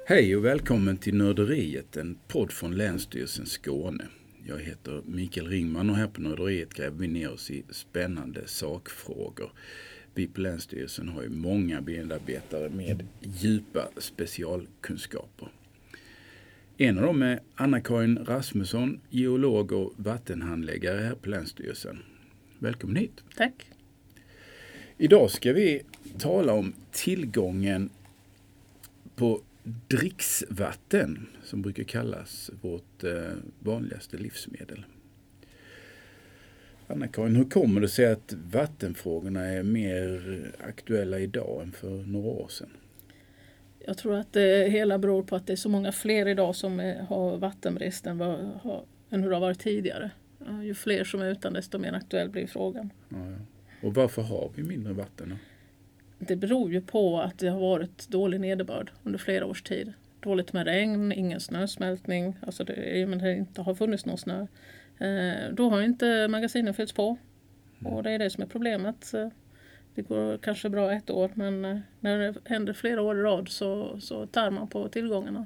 Hej och välkommen till Nörderiet, en podd från Länsstyrelsen Skåne. Jag heter Mikael Ringman och här på Nörderiet gräver vi ner oss i spännande sakfrågor. Vi på Länsstyrelsen har ju många medarbetare med djupa specialkunskaper. En av dem är Anna-Karin Rasmusson, geolog och vattenhandläggare här på Länsstyrelsen. Välkommen hit. Tack. Idag ska vi tala om tillgången på dricksvatten, som brukar kallas vårt vanligaste livsmedel. Anna-Karin, hur kommer det sig att vattenfrågorna är mer aktuella idag än för några år sedan? Jag tror att det hela beror på att det är så många fler idag som har vattenbrist än hur det har varit tidigare. Ju fler som är utan, desto mer aktuell blir frågan. Ja. Och varför har vi mindre vatten då? Det beror ju på att det har varit dålig nederbörd under flera års tid. Dåligt med regn, ingen snösmältning, alltså det inte har funnits någon snö. Då har inte magasinen fyllts på. Och det är det som är problemet. Det går kanske bra ett år, men när det händer flera år i rad så tar man på tillgångarna.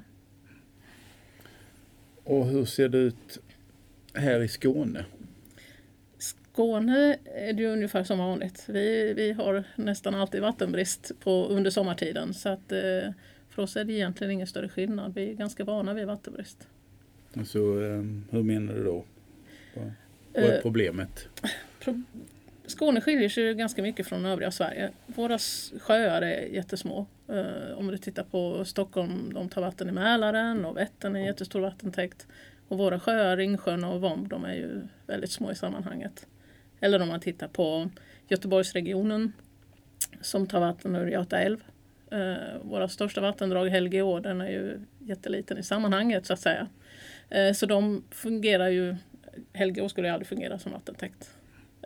Och hur ser det ut här i Skåne? Skåne är det ju ungefär som vanligt. Vi har nästan alltid vattenbrist under sommartiden. Så att för oss är det egentligen ingen större skillnad. Vi är ganska vana vid vattenbrist. Alltså, hur menar du då? Vad är problemet? Skåne skiljer sig ganska mycket från övriga Sverige. Våra sjöar är jättesmå. Om du tittar på Stockholm, de tar vatten i Mälaren och Vättern är en jättestor vattentäkt. Och våra sjöar, Ringsjön och Vomb, de är ju väldigt små i sammanhanget. Eller om man tittar på Göteborgsregionen som tar vatten ur Göta älv. Våra största vattendrag, Helgeå, den är ju jätteliten i sammanhanget så att säga. Så de fungerar ju, Helgeå skulle ju aldrig fungera som vattentäkt.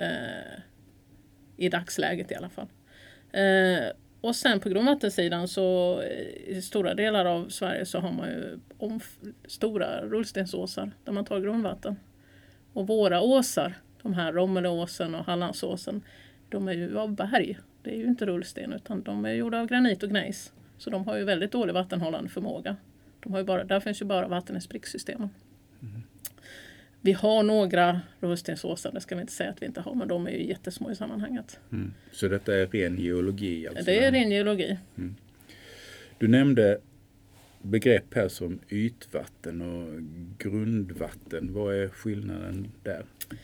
I dagsläget i alla fall. Och sen på grundvattensidan så i stora delar av Sverige så har man ju stora rullstensåsar där man tar grundvatten. Och våra åsar, de här Rommelåsen och Hallandsåsen, de är ju av berg. Det är ju inte rullsten utan de är gjorda av granit och gnejs. Så de har ju väldigt dålig vattenhållande förmåga. Där finns ju bara vatten i spricksystemen. Mm. Vi har några rullstensåsar, det ska vi inte säga att vi inte har, men de är ju jättesmå i sammanhanget. Mm. Så detta är ren geologi? Alltså det är ren geologi. Mm. Du nämnde begrepp här som ytvatten och grundvatten. Vad är skillnaden där?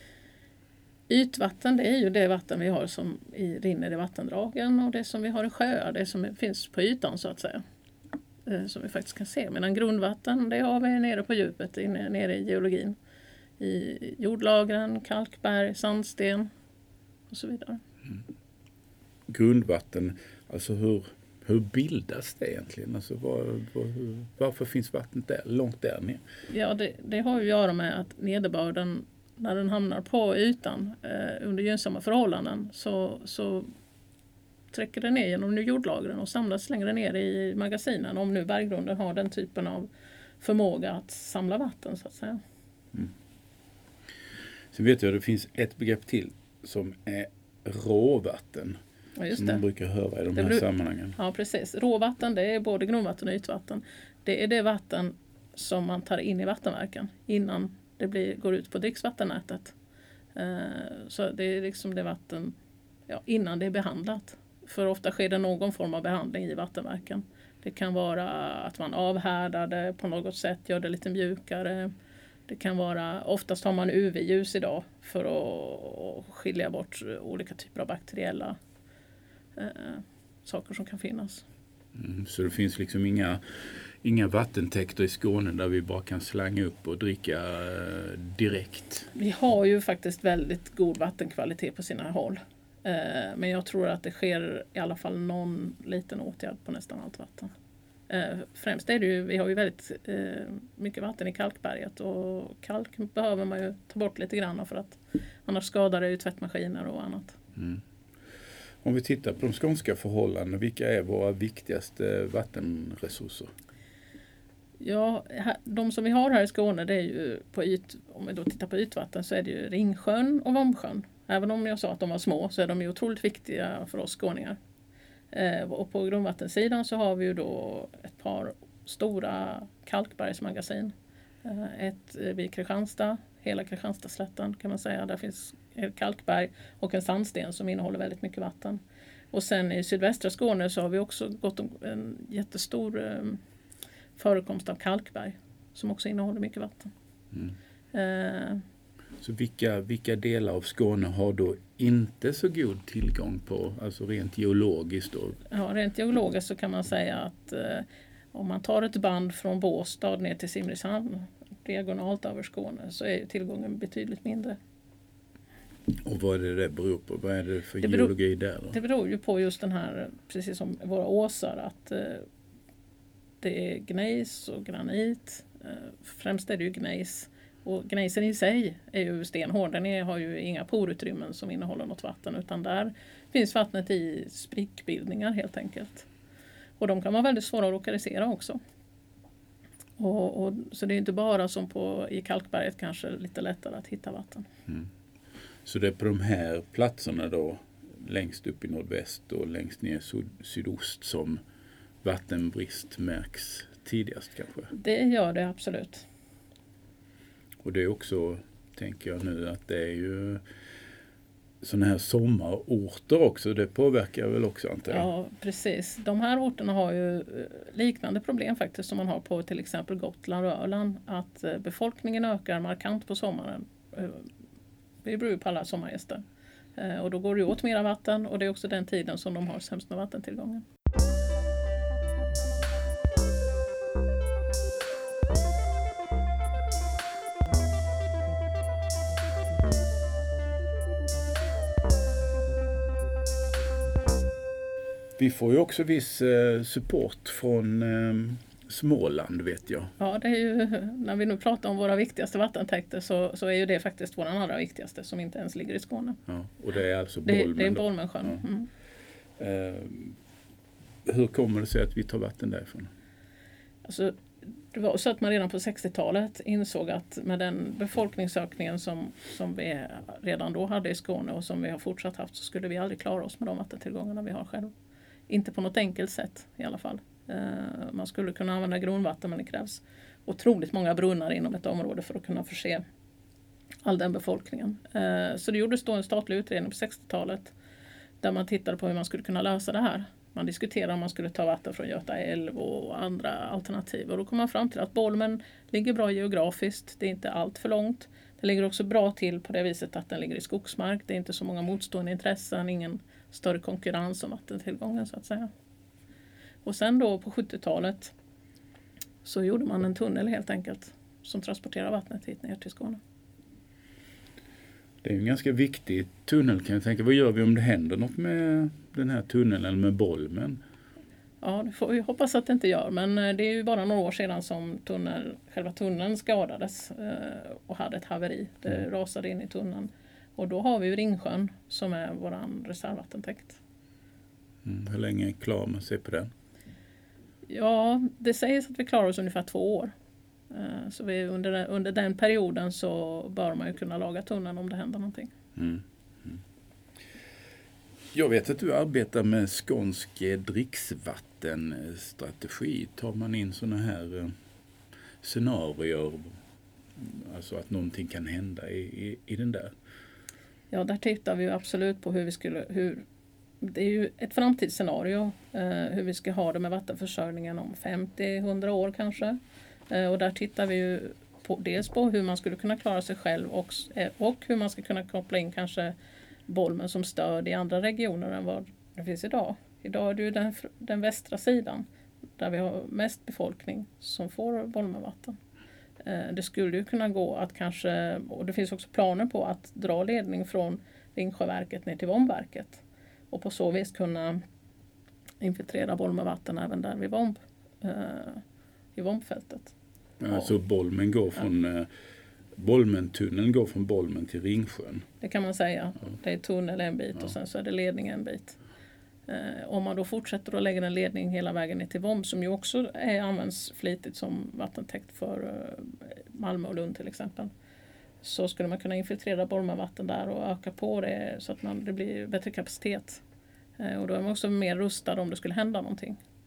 Ytvatten, det är ju det vatten vi har som rinner i vattendragen och det som vi har i sjöar, det som finns på ytan så att säga. Som vi faktiskt kan se. Medan grundvatten, det har vi nere på djupet, nere i geologin. I jordlagren, kalkberg, sandsten och så vidare. Mm. Grundvatten, alltså hur bildas det egentligen? Alltså varför finns vattnet där, långt där ner? Ja, det har ju att göra med att nederbörden, när den hamnar på ytan under gynnsamma förhållanden så träcker den ner genom jordlagren och samlas längre ner i magasinen. Om nu berggrunden har den typen av förmåga att samla vatten så att säga. Mm. Sen vet jag att det finns ett begrepp till som är råvatten. Ja, som man brukar höra i de här sammanhangen. Ja, precis. Råvatten, det är både grundvatten och ytvatten. Det är det vatten som man tar in i vattenverken innan det går ut på dricksvattennätet. Så det är liksom det vatten innan det är behandlat. För ofta sker det någon form av behandling i vattenverken. Det kan vara att man avhärdar det på något sätt, gör det lite mjukare. Det kan vara, oftast har man UV-ljus idag för att skilja bort olika typer av bakteriella saker som kan finnas. Så det finns liksom inga vattentäkter i Skåne där vi bara kan slanga upp och dricka direkt? Vi har ju faktiskt väldigt god vattenkvalitet på sina håll. Men jag tror att det sker i alla fall någon liten åtgärd på nästan allt vatten. Främst är det ju, vi har ju väldigt mycket vatten i kalkberget och kalk behöver man ju ta bort lite grann för att annars skadar det ju tvättmaskiner och annat. Mm. Om vi tittar på de skånska förhållandena, vilka är våra viktigaste vattenresurser? Ja, de som vi har här i Skåne, det är ju om vi då tittar på ytvatten så är det ju Ringsjön och Vombsjön. Även om jag sa att de var små så är de ju otroligt viktiga för oss skåningar. Och på grundvattensidan så har vi ju då ett par stora kalkbergsmagasin. Ett vid Kristianstad, hela Kristianstadsslätten kan man säga. Där finns ett kalkberg och en sandsten som innehåller väldigt mycket vatten. Och sen i sydvästra Skåne så har vi också gått en jättestor förekomst av kalkberg som också innehåller mycket vatten. Så vilka delar av Skåne har då inte så god tillgång på, alltså rent geologiskt då? Ja, rent geologiskt så kan man säga att om man tar ett band från Båstad ner till Simrishamn diagonalt över Skåne så är tillgången betydligt mindre. Och vad är det beror på? Vad är det för geologi där då? Det beror ju på just den här, precis som våra åsar, att det är gnejs och granit. Främst är det ju gnejs. Och gnejsen i sig är ju stenhård. Den har ju inga porutrymmen som innehåller något vatten, utan där finns vattnet i sprickbildningar helt enkelt. Och de kan vara väldigt svåra att lokalisera också. Så det är inte bara som i kalkberget kanske lite lättare att hitta vatten. Så det är på de här platserna då, längst upp i nordväst och längst ner sydost, som vattenbrist märks tidigast kanske? Det gör det absolut. Och det är också, tänker jag nu, att det är ju sådana här sommarorter också. Det påverkar väl också, antar jag? Ja, precis. De här orterna har ju liknande problem faktiskt som man har på till exempel Gotland och Öland. Att befolkningen ökar markant på sommaren. Det beror ju på alla sommargäster. Och då går det åt mera vatten, och det är också den tiden som de har sämst med vattentillgången. Vi får ju också viss support från Småland, vet jag. Ja, det är ju, när vi nu pratar om våra viktigaste vattentäkter så är ju det faktiskt vår allra viktigaste, som inte ens ligger i Skåne. Ja, och det är alltså Bolmen. Det är Bolmensjön. Ja. Hur kommer det sig att vi tar vatten därifrån? Alltså, det var så att man redan på 60-talet insåg att med den befolkningsökningen som vi redan då hade i Skåne och som vi har fortsatt haft, så skulle vi aldrig klara oss med de vattentillgångarna vi har själv. Inte på något enkelt sätt i alla fall. Man skulle kunna använda grundvatten, men det krävs otroligt många brunnar inom ett område för att kunna förse all den befolkningen. Så det gjordes då en statlig utredning på 60-talet där man tittade på hur man skulle kunna lösa det här. Man diskuterade om man skulle ta vatten från Göta älv och andra alternativ. Och då kom man fram till att Bolmen ligger bra geografiskt. Det är inte allt för långt. Det ligger också bra till på det viset att den ligger i skogsmark. Det är inte så många motstående intressen, ingen större konkurrens om vattentillgången så att säga. Och sen då på 70-talet så gjorde man en tunnel helt enkelt som transporterar vattnet hit ner till Skåne. Det är en ganska viktig tunnel, kan jag tänka. Vad gör vi om det händer något med den här tunneln eller med Bolmen? Ja, det får vi hoppas att det inte gör. Men det är ju bara några år sedan som själva tunneln skadades och hade ett haveri. Det rasade in i tunneln. Och då har vi ju Ringsjön som är vår reservvattentäkt. Hur länge klarar man sig på den? Ja, det sägs att vi klarar oss ungefär 2 år. Så under den perioden så bör man ju kunna laga tunneln om det händer någonting. Jag vet att du arbetar med skånsk dricksvattenstrategi. Tar man in sådana här scenarier, alltså att någonting kan hända i den där? Ja, där tittar vi ju absolut på det är ju ett framtidsscenario, hur vi ska ha det med vattenförsörjningen om 50-100 år kanske. Och där tittar vi ju dels på hur man skulle kunna klara sig själv och hur man ska kunna koppla in kanske Bolmen som stöd i andra regioner än vad det finns idag. Idag är det ju den västra sidan där vi har mest befolkning som får Bolmenvatten. Det skulle ju kunna gå att kanske, och det finns också planer på att dra ledning från Ringsjöverket ner till Vombverket och på så vis kunna infiltrera Bolmenvatten även där vid i Vombfältet. Ja, så Bolmen går från Bolmentunneln går från Bolmen till Ringsjön. Det kan man säga. Ja. Det är tunnel en bit och sen så är det ledning en bit. Om man då fortsätter att lägga en ledning hela vägen ner till Vomb som ju också används flitigt som vattentäkt för Malmö och Lund till exempel. Så skulle man kunna infiltrera Bolmenvatten där och öka på det så att det blir bättre kapacitet. Och då är man också mer rustad om det skulle hända någonting.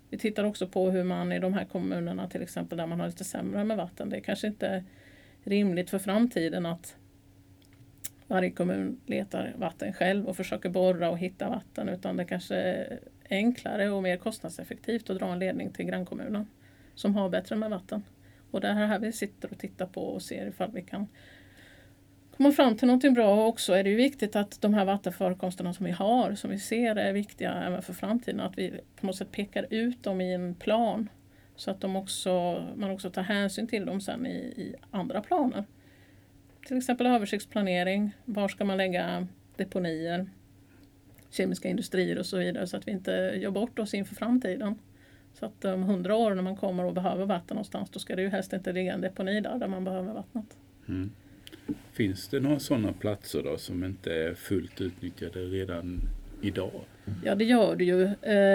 Vi tittar också på hur man i de här kommunerna, till exempel där man har lite sämre med vatten. Det är kanske inte rimligt för framtiden att varje kommun letar vatten själv och försöker borra och hitta vatten, utan det kanske är enklare och mer kostnadseffektivt att dra en ledning till grannkommunen som har bättre med vatten. Och det här vi sitter och tittar på och ser ifall vi kan komma fram till någonting bra. Och också är det ju viktigt att de här vattenförekomsterna som vi har, som vi ser är viktiga även för framtiden, att vi på något sätt pekar ut dem i en plan så att man också tar hänsyn till dem sen i andra planer. Till exempel översiktsplanering, var ska man lägga deponier, kemiska industrier och så vidare, så att vi inte gör bort oss inför framtiden. Så att om 100 år när man kommer och behöver vatten någonstans, då ska det ju helst inte ligga en deponi där man behöver vattnet. Mm. Finns det några sådana platser då som inte är fullt utnyttjade redan idag? Ja, det gör det ju.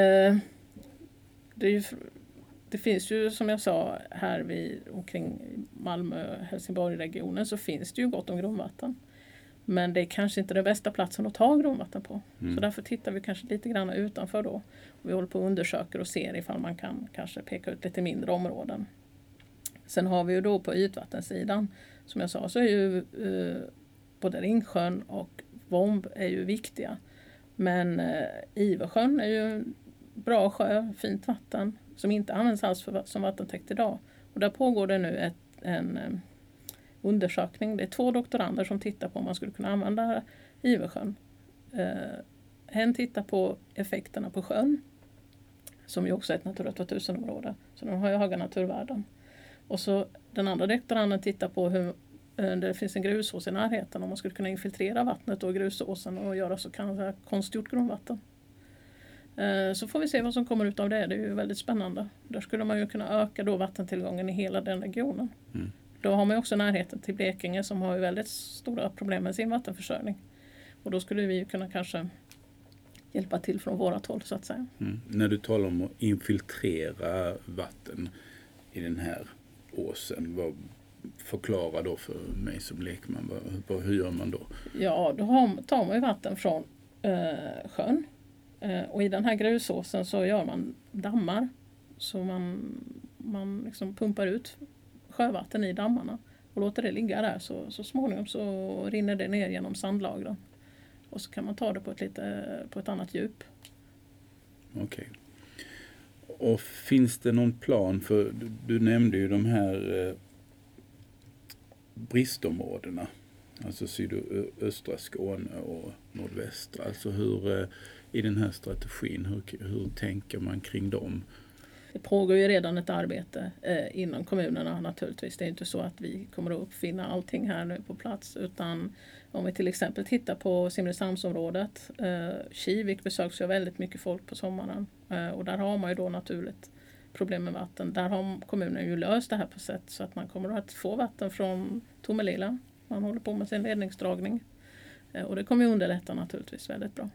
Det finns ju, som jag sa, här omkring Malmö-Helsingborg-regionen så finns det ju gott om grundvatten. Men det är kanske inte den bästa platsen att ta grundvatten på. Så därför tittar vi kanske lite grann utanför då. Och vi håller på och undersöker och ser ifall man kan kanske peka ut lite mindre områden. Sen har vi ju då på ytvattensidan, som jag sa, så är ju både Ringsjön och Vomb är ju viktiga. Men Iversjön är ju en bra sjö, fint vatten, som inte används alls som vattentäkt idag. Och där pågår det nu en undersökning. Det är 2 doktorander som tittar på om man skulle kunna använda Iversjön. En tittar på effekterna på sjön, som ju också är ett Natura 2000-område. Så de har ju höga naturvärden. Och så den andra doktoranden tittar på hur det finns en grusås i närheten, om man skulle kunna infiltrera vattnet och grusåsen och göra så kan konstgjort grundvatten. Så får vi se vad som kommer ut av det. Det är ju väldigt spännande. Där skulle man ju kunna öka då vattentillgången i hela den regionen. Då har man ju också närheten till Blekinge som har ju väldigt stora problem med sin vattenförsörjning. Och då skulle vi ju kunna kanske hjälpa till från vårat håll så att säga. När du talar om att infiltrera vatten i den här åsen, förklara då för mig som lekman, hur gör man då? Ja, då tar man ju vatten från sjön. Och i den här grusåsen så gör man dammar. Så man liksom pumpar ut sjövatten i dammarna och låter det ligga där. Så småningom så rinner det ner genom sandlagren. Och så kan man ta det på ett annat djup. Okej. Och finns det någon plan, för du nämnde ju de här bristområdena, alltså sydöstra Skåne och nordvästra. Alltså hur i den här strategin, hur tänker man kring dem? Det pågår ju redan ett arbete inom kommunerna naturligtvis. Det är inte så att vi kommer att uppfinna allting här nu på plats, utan om vi till exempel tittar på Simrishamnsområdet, Kivik besöks ju väldigt mycket folk på sommaren och där har man ju då naturligt problem med vatten. Där har kommunen ju löst det här på sätt så att man kommer att få vatten från Tomelilla. Man håller på med sin ledningsdragning och det kommer ju underlätta naturligtvis väldigt bra.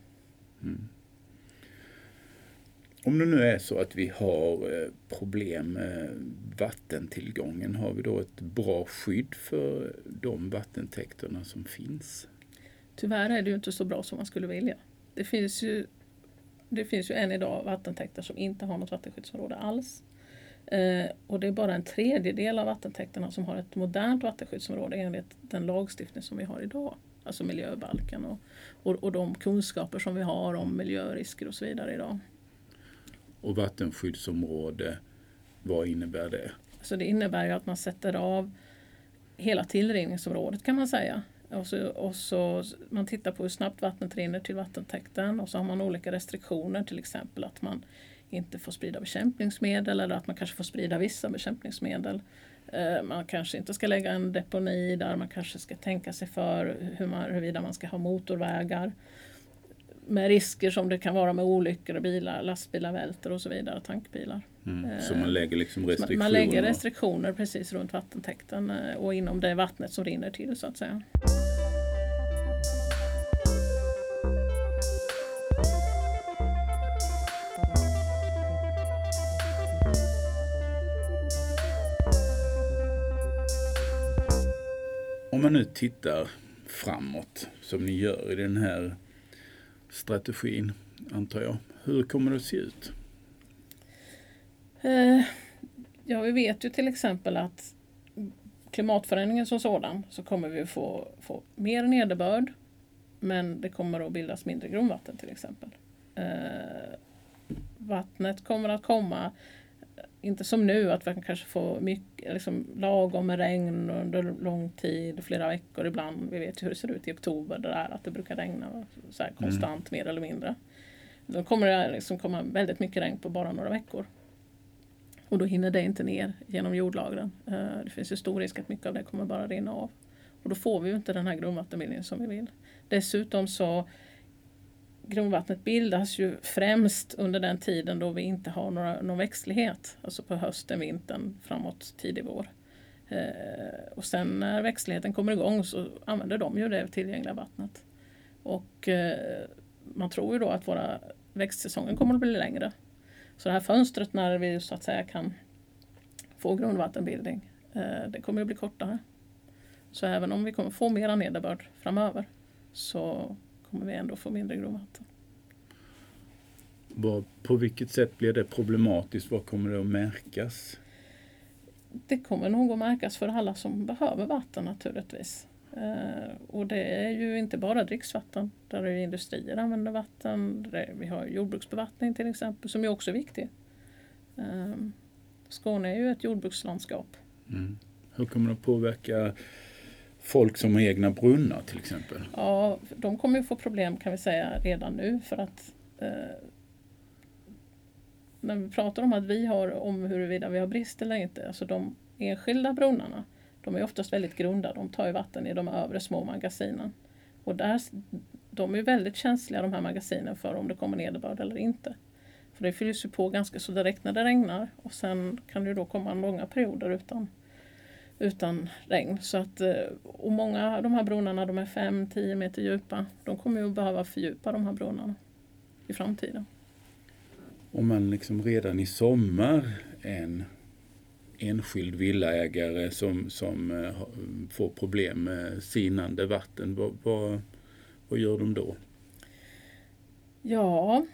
Om det nu är så att vi har problem med vattentillgången, har vi då ett bra skydd för de vattentäkterna som finns? Tyvärr är det ju inte så bra som man skulle vilja. Det finns ju än idag vattentäkter som inte har något vattenskyddsområde alls. Och det är bara en tredjedel av vattentäkterna som har ett modernt vattenskyddsområde enligt den lagstiftning som vi har idag. Alltså miljöbalken och de kunskaper som vi har om miljörisker och så vidare idag. Och vattenskyddsområde, vad innebär det? Så det innebär ju att man sätter av hela tillrinningsområdet kan man säga. Och så man tittar på hur snabbt vattnet rinner till vattentäkten och så har man olika restriktioner, till exempel att man inte får sprida bekämpningsmedel eller att man kanske får sprida vissa bekämpningsmedel. Man kanske inte ska lägga en deponi där, man kanske ska tänka sig för huruvida man ska ha motorvägar med risker som det kan vara med olyckor och bilar, lastbilar välter och så vidare, tankbilar. Så man lägger liksom restriktioner? Man lägger restriktioner precis runt vattentäkten och inom det vattnet som rinner till så att säga. Om man nu tittar framåt som ni gör i den här strategin, antar jag. Hur kommer det att se ut? Ja, vi vet ju till exempel att klimatförändringen som sådan så kommer vi få mer nederbörd, men det kommer att bildas mindre grundvatten till exempel. Vattnet kommer att komma, inte som nu att vi kanske får mycket, liksom, lagom med regn under lång tid, flera veckor ibland. Vi vet ju hur det ser ut i oktober, att det brukar regna så här konstant mer eller mindre. Då kommer det liksom komma väldigt mycket regn på bara några veckor. Och då hinner det inte ner genom jordlagren. Det finns ju stor risk att mycket av det kommer bara rinna av. Och då får vi ju inte den här grundvattenbildningen som vi vill. Dessutom så grundvattnet bildas ju främst under den tiden då vi inte har någon växtlighet. Alltså på hösten, vintern, framåt tidig vår. Och sen när växtligheten kommer igång så använder de ju det tillgängliga vattnet. Och man tror ju då att våra växtsäsonger kommer att bli längre. Så det här fönstret när vi så att säga kan få grundvattenbildning, det kommer att bli kortare. Så även om vi kommer få mera nederbörd framöver så kommer vi ändå få mindre grundvatten. På vilket sätt blir det problematiskt? Vad kommer det att märkas? Det kommer nog att märkas för alla som behöver vatten naturligtvis. Och det är ju inte bara dricksvatten. Där är industrier använder vatten. Vi har jordbruksbevattning till exempel som är också viktig. Skåne är ju ett jordbrukslandskap. Mm. Hur kommer det att påverka folk som har egna brunnar till exempel? Ja, de kommer ju få problem kan vi säga redan nu för att när vi pratar om att vi har om huruvida vi har brist eller inte, alltså de enskilda brunnarna, de är oftast väldigt grunda, de tar ju vatten i de övre små magasinen. Och de är väldigt känsliga de här magasinen för om det kommer nederbörd eller inte. För det fylls ju på ganska så direkt när det regnar och sen kan det ju då komma långa perioder utan regn. Så att, och många av de här brunnarna, de är 5-10 meter djupa. De kommer ju att behöva fördjupa de här brunnarna i framtiden. Om man liksom redan i sommar en enskild villaägare som får problem med sinande vatten, vad gör de då? Ja,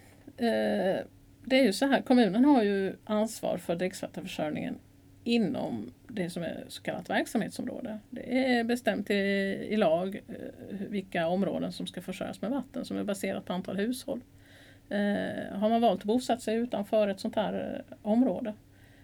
det är ju så här. Kommunen har ju ansvar för dricksvattenförsörjningen inom det som är så kallat verksamhetsområde. Det är bestämt i lag vilka områden som ska försörjas med vatten som är baserat på antal hushåll. Har man valt att bosätta sig utanför ett sånt här område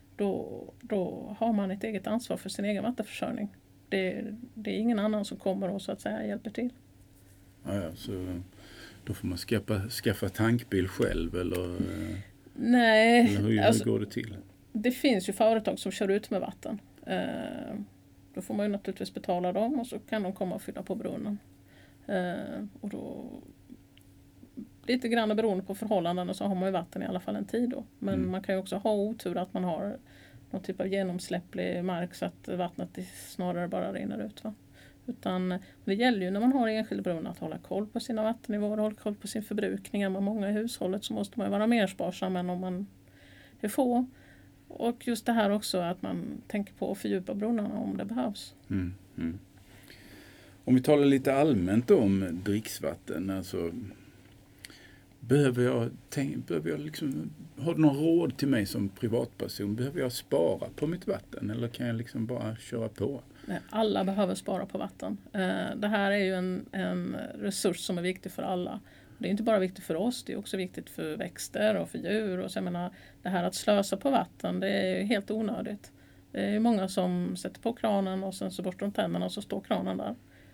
då har man ett eget ansvar för sin egen vattenförsörjning. Det är ingen annan som kommer och så att säga hjälper till. Ja, så då får man skaffa tankbil själv eller? Nej. Eller hur går det till? Det finns ju företag som kör ut med vatten. Då får man ju naturligtvis betala dem och så kan de komma och fylla på brunnen. Och då lite grann beroende på förhållandena så har man ju vatten i alla fall en tid då. Men man kan ju också ha otur att man har någon typ av genomsläpplig mark så att vattnet snarare bara rinner ut. Va? Utan det gäller ju när man har enskild brunn att hålla koll på sina vattennivåer, hålla koll på sin förbrukning. Är man många i hushållet så måste man ju vara mer sparsam än om man är få. Och just det här också att man tänker på att fördjupa brunnarna om det behövs. Mm, mm. Om vi talar lite allmänt om dricksvatten, alltså behöver jag liksom, har du någon råd till mig som privatperson? Behöver jag spara på mitt vatten eller kan jag liksom bara köra på? Nej, alla behöver spara på vatten. Det här är ju en resurs som är viktig för alla. Det är inte bara viktigt för oss, det är också viktigt för växter och för djur. Och så jag menar, det här att slösa på vatten, det är helt onödigt. Det är många som sätter på kranen och sen så borstar de tänderna och så står kranen där.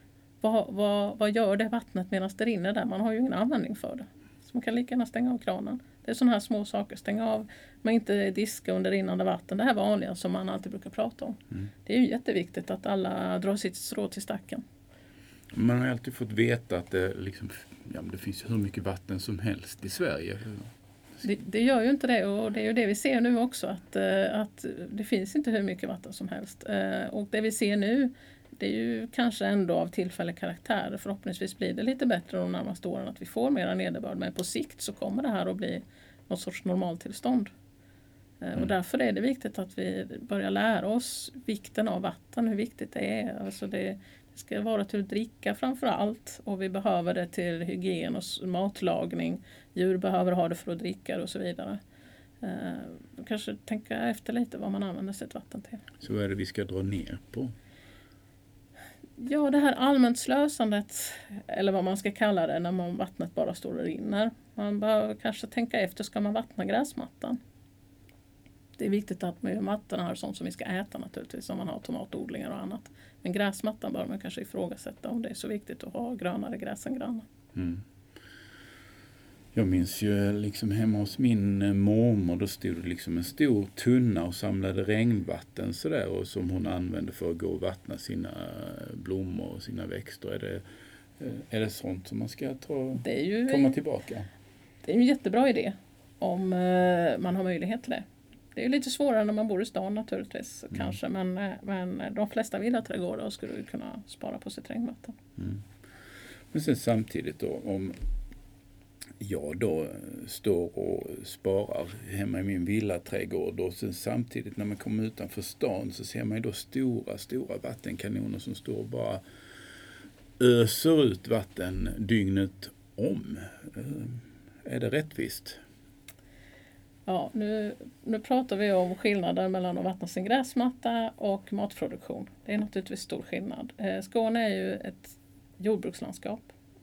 Vad gör det vattnet medan det rinner där? Man har ju ingen användning för det. Så man kan lika gärna stänga av kranen. Det är sådana här små saker. Stänga av, men inte diska under rinnande vatten. Det här vanliga som man alltid brukar prata om. Mm. Det är ju jätteviktigt att alla drar sitt strå till stacken. Man har alltid fått veta att det finns hur mycket vatten som helst i Sverige. Det gör ju inte det och det är ju det vi ser nu också att det finns inte hur mycket vatten som helst. Och det vi ser nu det är ju kanske ändå av tillfällig karaktär. Förhoppningsvis blir det lite bättre de närmaste åren att vi får mera nederbörd. Men på sikt så kommer det här att bli något sorts normaltillstånd. Och därför är det viktigt att vi börjar lära oss vikten av vatten, hur viktigt det är. Alltså det ska vara till att dricka framför allt och vi behöver det till hygien och matlagning. Djur behöver ha det för att dricka och så vidare. Kanske tänka efter lite vad man använder sitt vatten till. Så vad är det vi ska dra ner på? Ja, det här allmänt slösandet, eller vad man ska kalla det, när vattnet bara står och rinner. Man bör kanske tänka efter, ska man vattna gräsmattan? Det är viktigt att vatten är sånt som vi ska äta naturligtvis, om man har tomatodlingar och annat. Men gräsmattan bör man kanske ifrågasätta om det är så viktigt att ha grönare gräs än grannar. Mm. Jag minns ju liksom hemma hos min mormor, då stod det liksom en stor tunna och samlade regnvatten sådär, och som hon använde för att gå och vattna sina blommor och sina växter. Är det sånt som man ska komma tillbaka? Det är en jättebra idé om man har möjlighet till det. Det är ju lite svårare när man bor i stan naturligtvis kanske, men de flesta villaträdgårdar skulle kunna spara på sitt regnvatten. Mm. Men sen samtidigt då, om jag då står och sparar hemma i min villaträdgård, och sen samtidigt när man kommer utanför stan så ser man ju då stora vattenkanoner som står och bara öser ut vatten dygnet om. Är det rättvist? Ja, nu pratar vi om skillnaden mellan att vattna sin gräsmatta och matproduktion. Det är naturligtvis stor skillnad. Skåne är ju ett jordbrukslandskap.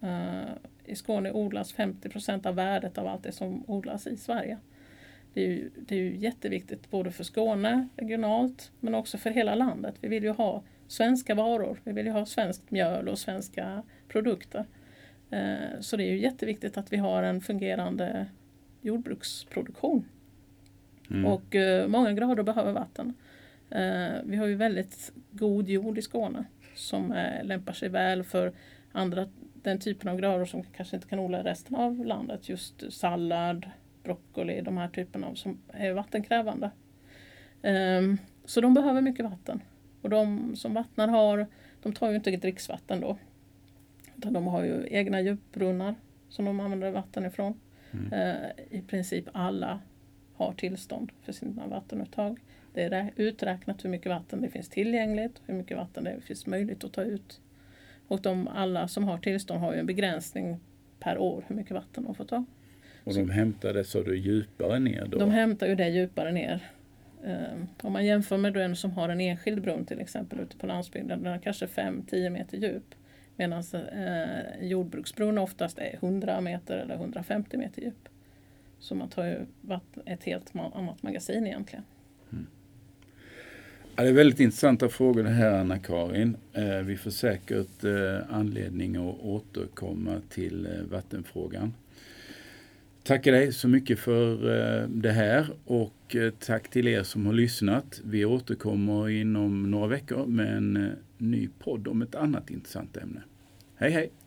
I Skåne odlas 50% av värdet av allt det som odlas i Sverige. Det är ju jätteviktigt både för Skåne regionalt, men också för hela landet. Vi vill ju ha svenska varor, vi vill ju ha svenskt mjöl och svenska produkter. Så det är ju jätteviktigt att vi har en fungerande jordbruksproduktion. Och många grader behöver vatten. Vi har ju väldigt god jord i Skåne som lämpar sig väl för den typen av grödor som kanske inte kan odla i resten av landet. Just sallad, broccoli, de här typerna av som är vattenkrävande. Så de behöver mycket vatten. Och de som vattnar de tar ju inte dricksvatten då. Utan de har ju egna djupbrunnar som de använder vatten ifrån. I princip alla har tillstånd för sina vattenuttag. Det är uträknat hur mycket vatten det finns tillgängligt, hur mycket vatten det finns möjligt att ta ut. Och alla som har tillstånd har ju en begränsning per år hur mycket vatten de får ta. Och de hämtar det så djupare ner då? De hämtar ju det djupare ner. Om man jämför med den som har en enskild brunn till exempel ute på landsbygden, den är kanske 5-10 meter djup. Medan jordbruksbrunn oftast är 100 meter eller 150 meter djup. Så man tar ju ett helt annat magasin egentligen. Ja, det är väldigt intressanta frågor det här, Anna-Karin. Vi får säkert anledning att återkomma till vattenfrågan. Tackar dig så mycket för det här, och tack till er som har lyssnat. Vi återkommer inom några veckor med en ny podd om ett annat intressant ämne. Hej hej!